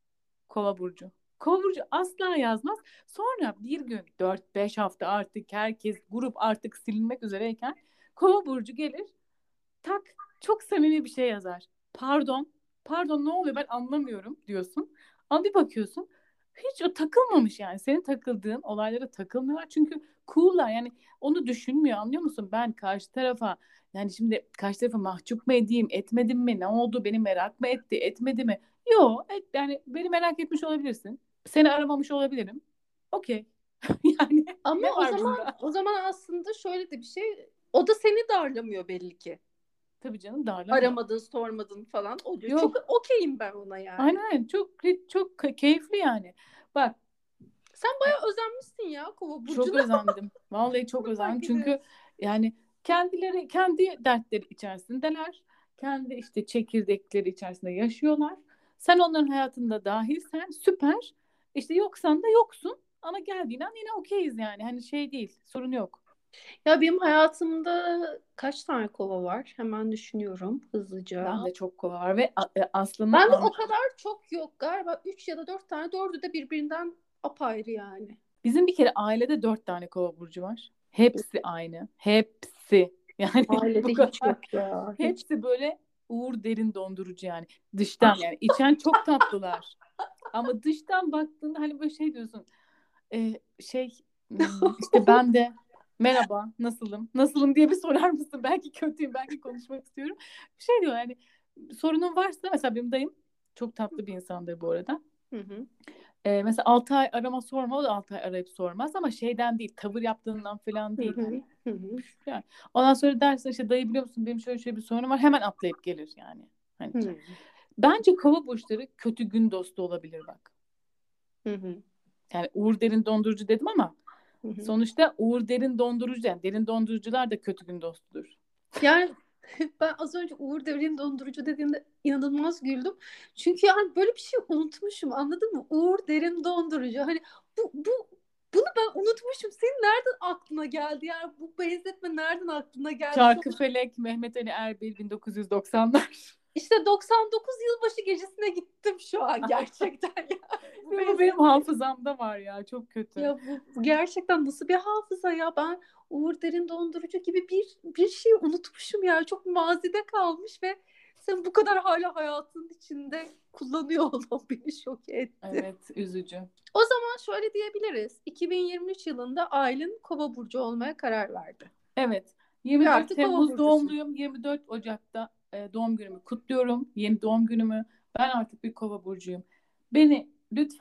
Kova burcu. Kova burcu asla yazmaz. Sonra bir gün dört beş hafta artık herkes grup artık silinmek üzereyken Kova burcu gelir, tak, çok samimi bir şey yazar. Pardon, pardon ne oluyor ben anlamıyorum diyorsun. Ama bir bakıyorsun hiç o takılmamış yani. Senin takıldığın olaylara takılmıyorlar. Çünkü cool'lar yani, onu düşünmüyor, anlıyor musun? Ben karşı tarafa, yani şimdi karşı tarafa mahcup mu edeyim, etmedim mi, ne oldu, beni merak mı etti, etmedi mi? Yok, et, yani beni merak etmiş olabilirsin. Seni aramamış olabilirim. Okey. Yani Ama ne o var zaman bunda? o zaman aslında şöyle de bir şey. O da seni darlamıyor belli ki. Tabii canım, darlamıyor. Aramadın, sormadın falan oluyor. Çok Yok. okeyim ben ona yani. Aynen aynen. Çok çok keyifli yani. Bak, Sen bayağı özenmişsin ya Kova çok burcuna. özendim. Vallahi çok Onu özendim. fark ediyorum. Çünkü yani kendileri kendi dertleri içerisindeler. Kendi işte çekirdekleri içerisinde yaşıyorlar. Sen onların hayatında dahilsen süper. İşte yoksan da yoksun. Ama geldiğin an yine okeyiz yani. Hani şey değil, sorun yok. Ya benim hayatımda kaç tane kova var? Hemen düşünüyorum hızlıca. Ben de çok kova var ve a- e, Aslı'nın Ben de o an- kadar çok yok. Galiba üç ya da dört tane. Dördü de birbirinden apayrı yani. bizim bir kere ailede dört tane kova burcu var. Hepsi aynı. Hepsi. Yani Ailede bu hiç kadar. yok ya. Hiç. Hepsi böyle Uğur Derin dondurucu yani. Dıştan, Ah. yani içen çok tatlılar. Ama dıştan baktığında hani böyle şey diyorsun. e, şey hmm, işte ben de merhaba nasılım? Nasılım diye bir sorar mısın? Belki kötüyüm, belki konuşmak istiyorum. Şey diyor yani, sorunun varsa mesela benim dayım çok tatlı bir insandır bu arada. Hı hı. Ee, mesela altı ay arama sorma, o da altı ay arayıp sormaz ama şeyden değil, tavır yaptığından falan Hı değil hı. hani. Hı hı. Yani ondan sonra dersin işte dayı biliyor musun benim şöyle şöyle bir sorunum var, hemen atlayıp gelir yani. Hani Hı bence kova burçları kötü gün dostu olabilir bak. hı. Hı. Yani Uğur Derin dondurucu dedim ama Hı hı. sonuçta Uğur Derin dondurucu, yani derin dondurucular da kötü gün dostudur. Yani ben az önce Uğur Derin dondurucu dediğinde inanılmaz güldüm. Çünkü yani böyle bir şey unutmuşum, anladın mı? Uğur Derin dondurucu. Hani bu bu bunu ben unutmuşum. Senin nereden aklına geldi? Yani bu benzetme nereden aklına geldi? Çok Çarkıfelek, Mehmet Ali Erbil, bin dokuz yüz doksanlar. işte doksan dokuz yılbaşı gecesine gittim şu an gerçekten ya. Bu Bu benim benzetme. hafızamda var ya, çok kötü. Ya bu, bu gerçekten nasıl bir hafıza ya, ben Uğur Derin Dondurucu gibi bir bir şeyi unutmuşum ya, çok mazide kalmış ve sen bu kadar hala hayatının içinde kullanıyor olman beni şok etti. Evet, üzücü. O zaman şöyle diyebiliriz, iki bin yirmi üç yılında Aylin Kova burcu olmaya karar verdi Evet. ve yirmi dört artık Kova Temmuz burcusun. doğumluyum. yirmi dört Ocak'ta e, doğum günümü kutluyorum. Yeni doğum günümü. Ben artık bir kova burcuyum. Beni lütfen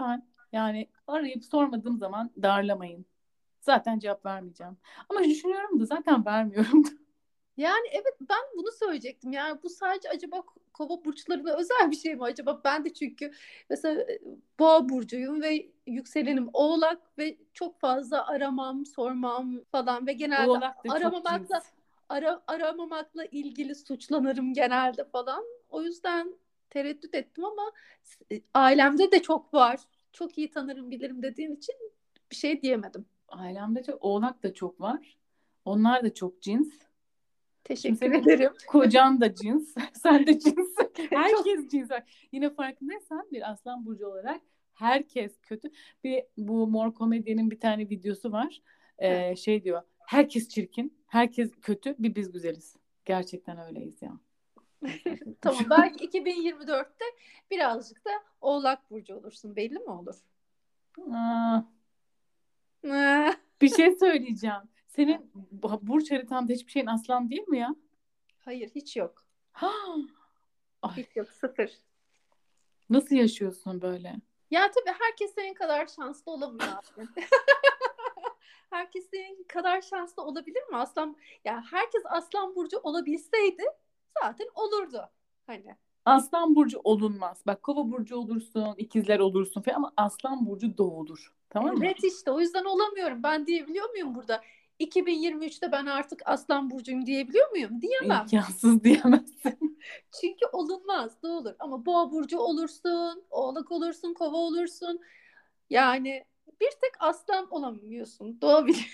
Yani arayıp sormadığım zaman darlamayın. Zaten cevap vermeyeceğim. Ama düşünüyorum da zaten vermiyorum da. Yani evet, ben bunu söyleyecektim. Yani bu sadece acaba kova burçlarına özel bir şey mi acaba? Ben de çünkü mesela e, boğa burcuyum ve yükselenim oğlak ve çok fazla aramam, sormam falan ve genelde Oğlak da çok aramamakla cins. ara, aramamakla ilgili suçlanırım genelde falan. O yüzden tereddüt ettim ama e, ailemde de çok var. Çok iyi tanırım, bilirim dediğin için bir şey diyemedim. Ailemde de oğlak da çok var. Onlar da çok cins. Şimdi Teşekkür senin ederim. kocan da cins. Sen de cinssin. Çok Herkes cins. Yine farkındaysan bir aslan burcu olarak herkes kötü. Bir bu Mor Komedyanın bir tane videosu var. ha. Ee, şey diyor. Herkes çirkin. Herkes kötü. Bir biz güzeliz. Gerçekten öyleyiz ya. Tamam, belki iki bin yirmi dörtte birazcık da Oğlak Burcu olursun. Belli mi olur? Aa, Ah, bir şey söyleyeceğim. Senin bu- burç haritanda hiçbir şeyin aslan değil mi ya? hayır, hiç yok. Ay, Hiç yok, sıfır. nasıl yaşıyorsun böyle? Ya tabii herkes senin kadar şanslı olamıyor abi. Herkes senin kadar şanslı olabilir mi? Aslan, ya herkes Aslan Burcu olabilseydi zaten olurdu. Hani. Aslan burcu olunmaz. Bak kova burcu olursun, ikizler olursun falan ama aslan burcu doğulur. Tamam mı? Evet, işte o yüzden olamıyorum. Ben diyebiliyor muyum burada? iki bin yirmi üçte ben artık Aslan Burcu'yum diyebiliyor muyum? Diyemem. İmkansız diyemezsin. Çünkü olunmaz da olur. Ama boğa burcu olursun, oğlak olursun, kova olursun. Yani bir tek aslan olamıyorsun. Doğabilir.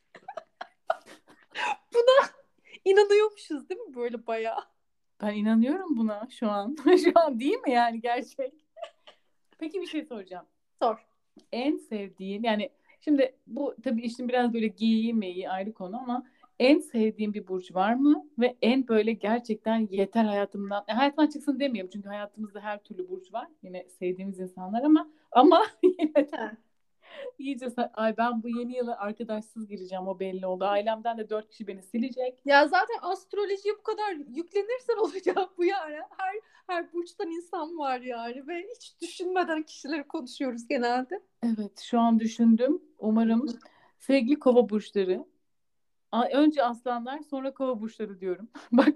Buna inanıyormuşuz değil mi böyle bayağı? Ben inanıyorum buna şu an. Şu an değil mi yani gerçek? Peki bir şey soracağım. Sor. En sevdiğin yani şimdi bu tabii işin biraz böyle geyiği meyiği ayrı konu ama en sevdiğin bir burç var mı? Ve en böyle gerçekten yeter hayatımdan. e, hayatımdan çıksın demiyorum çünkü hayatımızda her türlü burç var. Yine sevdiğimiz insanlar ama ama yine de Ha. İyice sa- ay ben bu yeni yıla arkadaşsız gireceğim o belli oldu. Ailemden de dört kişi beni silecek. Ya zaten astrolojiye bu kadar yüklenirsen olacak bu yani. Her her burçtan insan var yani ve hiç düşünmeden kişileri konuşuyoruz genelde. Evet şu an düşündüm. Umarım sevgili kova burçları. A- Önce aslanlar sonra kova burçları diyorum. Bak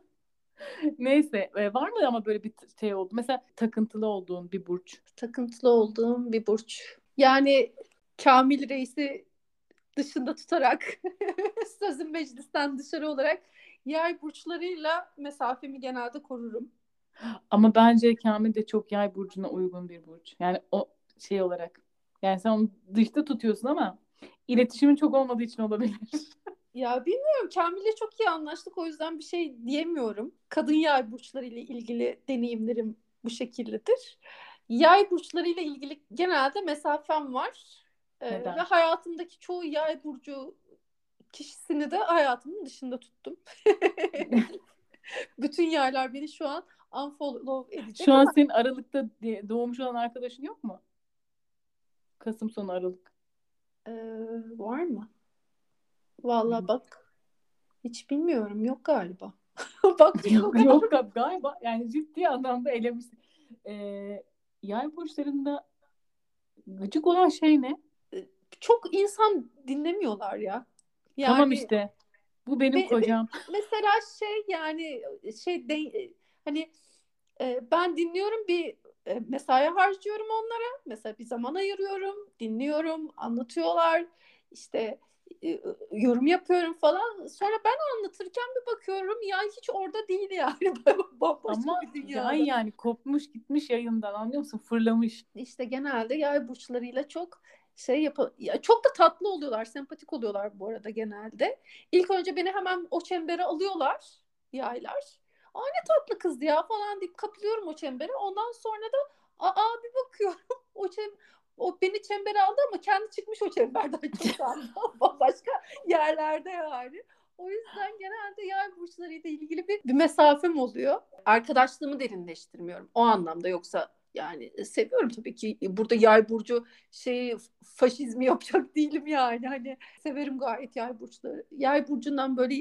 neyse e, var mı ama böyle bir t- şey oldu. Mesela takıntılı olduğun bir burç. Takıntılı olduğum bir burç. Yani Kamil Reis'i dışında tutarak sözün meclisten dışarı olarak yay burçlarıyla mesafemi genelde korurum. Ama bence Kamil de çok yay burcuna uygun bir burç. Yani o şey olarak. Yani sen onu dışta tutuyorsun ama iletişimin çok olmadığı için olabilir. Ya bilmiyorum, Kamil'le çok iyi anlaştık, o yüzden bir şey diyemiyorum. Kadın yay burçları ile ilgili deneyimlerim bu şekildedir. Yay burçları ile ilgili genelde mesafem var. Ee, ve Neden? hayatımdaki çoğu yay burcu kişisini de hayatımın dışında tuttum. Bütün yaylar beni şu an unfollow edecek Şu an ama senin Aralık'ta diye- doğmuş olan arkadaşın yok mu? Kasım sonu Aralık. e, var mı? Vallahi bak, hiç bilmiyorum, yok galiba. Bakmayayım Yok galiba. yok abi, galiba yani ciddi anlamda elemişsin. Ee, yay burçlarında gıcık olan şey ne? Çok insan dinlemiyorlar ya. Tamam Yani işte bu benim be- be- kocam. mesela şey, yani şey de, hani e, ben dinliyorum, bir e, mesai harcıyorum onlara. Mesela bir zaman ayırıyorum, dinliyorum, anlatıyorlar. İşte e, yorum yapıyorum falan. Sonra ben anlatırken bir bakıyorum ya, hiç orada değil yani. Bambaşka Ama bir yay dünyada. yani kopmuş gitmiş yayından anlıyor musun? Fırlamış. İşte genelde yay burçlarıyla çok şey yap, ya çok da tatlı oluyorlar, sempatik oluyorlar bu arada genelde. İlk önce beni hemen o çembere alıyorlar yaylar. Aa, ne tatlı kız ya falan deyip kapılıyorum o çembere. Ondan sonra da aa, bir bakıyorum o çem o beni çembere aldı ama kendi çıkmış o çemberden çoktan bambaşka yerlerde yani. O yüzden genelde yay burçlarıyla ilgili bir, bir mesafem oluyor. Arkadaşlığımı derinleştirmiyorum o anlamda, yoksa yani seviyorum tabii ki, burada yay burcu şeyi, faşizmi yapacak değilim yani, hani severim gayet yay burçları. Yay burcundan böyle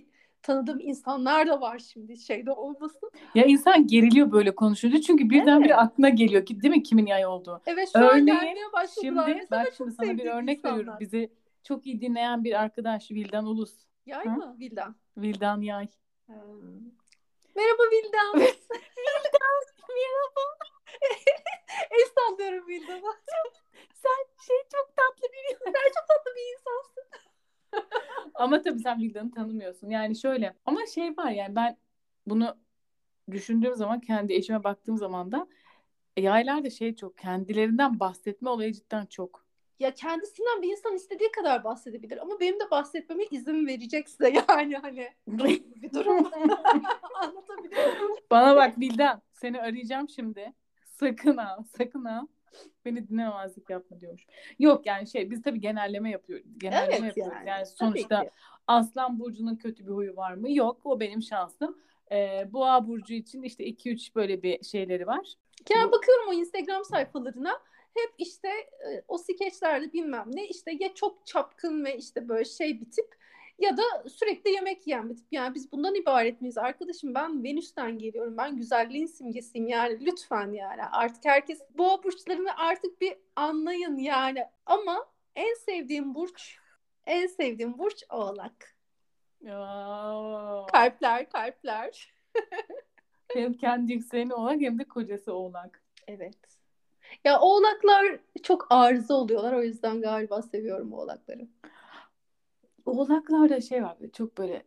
tanıdığım insanlar da var şimdi, şeyde olmasın. Ya insan geriliyor böyle konuşunca çünkü birdenbire Evet. aklına geliyor ki değil mi kimin yay olduğu. Evet, şu an Örneğin gelmeye başladılar şimdi mesela, bak çok şimdi sana bir sevdiğim örnek veriyorum. insanlar. Bizi çok iyi dinleyen bir arkadaş Vildan Ulus. Yay Ha? mı Vildan? Vildan Yay. Hmm. Merhaba Vildan. Vildan merhaba. El sallıyorum Vildan'a. Sen şey çok tatlı bir Sen çok tatlı bir insansın. ama tabii sen Vildan'ı tanımıyorsun. Yani şöyle ama şey var yani ben bunu düşündüğüm zaman kendi eşime baktığım zaman da yaylar da şey çok kendilerinden bahsetme olayı cidden çok. Ya kendisinden bir insan istediği kadar bahsedebilir ama benim de bahsetmeme izin verecekse yani hani bir durum. Anlatabiliyor muyum? Bana bak Vildan seni arayacağım şimdi. Sakın ha sakın ha. Beni dinlememezlik yapma diyormuş. Yok yani şey biz tabii genelleme yapıyoruz. Genelleme Evet yapıyoruz. yani. Yani Tabii sonuçta ki. Aslan Burcu'nun kötü bir huyu var mı? Yok. O benim şansım. Ee, Boğa Burcu için işte iki üç böyle bir şeyleri var. Yani Bu bakıyorum o Instagram sayfalarına, hep işte e, o skeçlerde bilmem ne, işte ya çok çapkın ve işte böyle şey bir tip, ya da sürekli yemek yiyen bir tip. Yani biz bundan ibaret miyiz arkadaşım? Ben Venüs'ten geliyorum. Ben güzelliğin simgesiyim yani, lütfen yani. Artık herkes boğa burçlarını artık bir anlayın yani. Ama en sevdiğim burç, en sevdiğim burç Oğlak. Aa, Kalpler, kalpler. hem kendi yükseleni Oğlak hem de kocası Oğlak. Evet. Ya oğlaklar çok arıza oluyorlar. O yüzden galiba seviyorum oğlakları. Oğlaklarda şey var. Çok böyle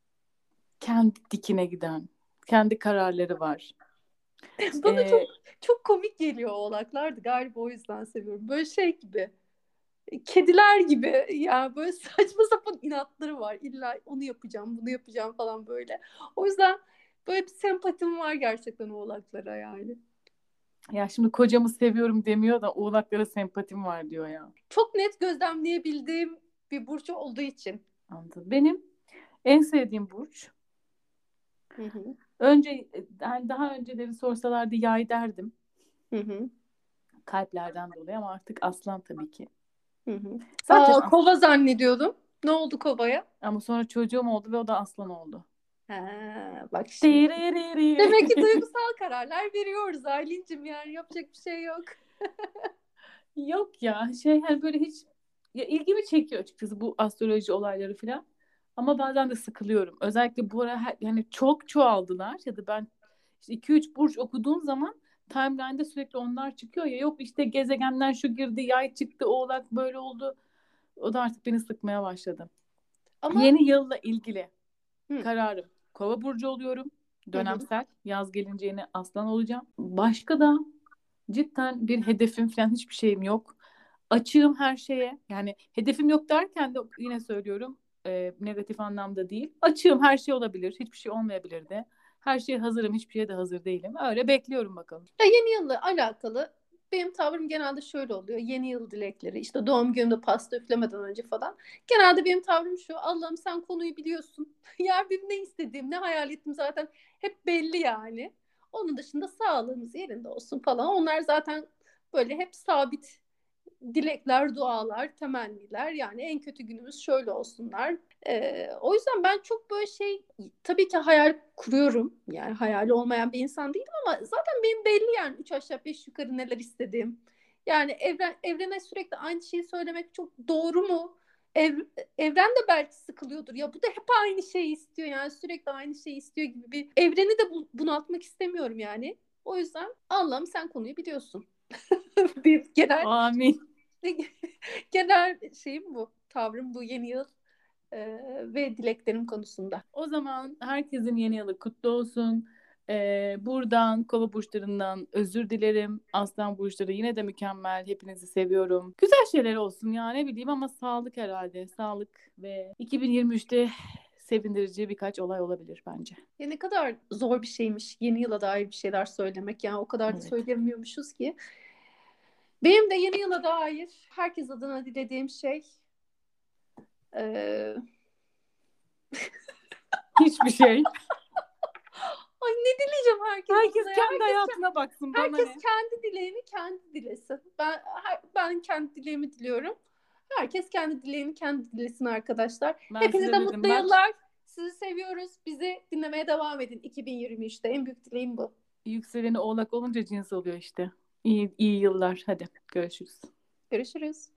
kendi dikine giden, kendi kararları var. Bana çok Ee, çok komik geliyor oğlaklar da, galiba o yüzden seviyorum. Böyle şey gibi. Kediler gibi ya, böyle saçma sapan inatları var. İlla onu yapacağım, bunu yapacağım falan böyle. O yüzden böyle bir sempatim var gerçekten oğlaklara yani. Ya şimdi kocamı seviyorum demiyor da Oğlaklara sempatim var diyor ya. Çok net gözlemleyebildiğim bir burç olduğu için. Anladım. Benim en sevdiğim burç. Hı hı. Önce yani daha önceleri sorsalardı yay derdim. Hı hı. Kalplerden dolayı ama artık aslan tabii ki. Hı hı. Zaten Aa, as kova zannediyordum. Ne oldu kovaya? ama sonra çocuğum oldu ve o da aslan oldu. Ha, bak şimdi. Diriri. Demek ki duygusal kararlar veriyoruz Aylin'cim, yani yapacak bir şey yok. Yok ya şey hani böyle hiç ya ilgimi çekiyor açıkçası bu astroloji olayları falan. Ama bazen de sıkılıyorum. Özellikle bu ara her- yani çok çoğaldılar ya da ben işte iki üç burç okuduğum zaman timeline'da sürekli onlar çıkıyor ya yok işte gezegenler şu girdi, yay çıktı, oğlak böyle oldu. O da artık beni sıkmaya başladı. Ama Yeni yılla ilgili hı, kararım. Kova burcu oluyorum. hı hı. Dönemsel. Yaz gelince yine aslan olacağım. Başka da cidden bir hedefim falan hiçbir şeyim yok. Açığım her şeye. Yani hedefim yok derken de yine söylüyorum e, negatif anlamda değil. Açığım her şey olabilir. Hiçbir şey olmayabilir de. Her şeye hazırım. Hiçbir şeye de hazır değilim. Öyle bekliyorum bakalım. Ya yeni yılla alakalı benim tavrım genelde şöyle oluyor. Yeni yıl dilekleri, işte doğum günümde pasta üflemeden önce falan. Genelde benim tavrım şu: Allah'ım sen konuyu biliyorsun. Ya benim ne istediğim, ne hayal ettiğim zaten hep belli yani. Onun dışında sağlığımız yerinde olsun falan. Onlar zaten böyle hep sabit dilekler, dualar, temenniler. Yani en kötü günümüz şöyle olsunlar. Ee, o yüzden ben çok böyle şey, tabii ki hayal kuruyorum. Yani hayali olmayan bir insan değilim ama zaten benim belli yani üç aşağı beş yukarı neler istediğim. Yani evren, evrene sürekli aynı şeyi söylemek çok doğru mu? Ev, evren de belki sıkılıyordur. Ya bu da hep aynı şeyi istiyor yani, sürekli aynı şeyi istiyor gibi bir evreni de bu, bunaltmak istemiyorum yani. O yüzden Allah'ım sen konuyu biliyorsun. Bir genel Amin. genel şeyim bu. Tavrım bu yeni yıl e, ve dileklerim konusunda. O zaman herkesin yeni yılı kutlu olsun. Ee, buradan kova burçlarından özür dilerim. Aslan burçları yine de mükemmel. Hepinizi seviyorum. Güzel şeyler olsun ya ne bileyim ama sağlık herhalde. Sağlık ve iki bin yirmi üçte sevindirici birkaç olay olabilir bence. Ya ne kadar zor bir şeymiş yeni yıla dair bir şeyler söylemek. Yani o kadar da Evet. söylemiyormuşuz ki. Benim de yeni yıla dair herkes adına dilediğim şey e... Hiçbir şey. ay ne dileyeceğim herkes Herkes adına ya. kendi Herkes, hayatına baksın bana herkes ne. kendi dileğini kendi dilesin. Ben ben kendi dileğimi diliyorum. Herkes kendi dileğini kendi dilesin arkadaşlar. Ben Hepinize size dedim mutlu bak yıllar. Sizi seviyoruz. Bizi dinlemeye devam edin iki bin yirmi üçte. En büyük dileğim bu. Yükseleni oğlak olunca cins oluyor işte. İyi, iyi yıllar. Hadi görüşürüz. Görüşürüz.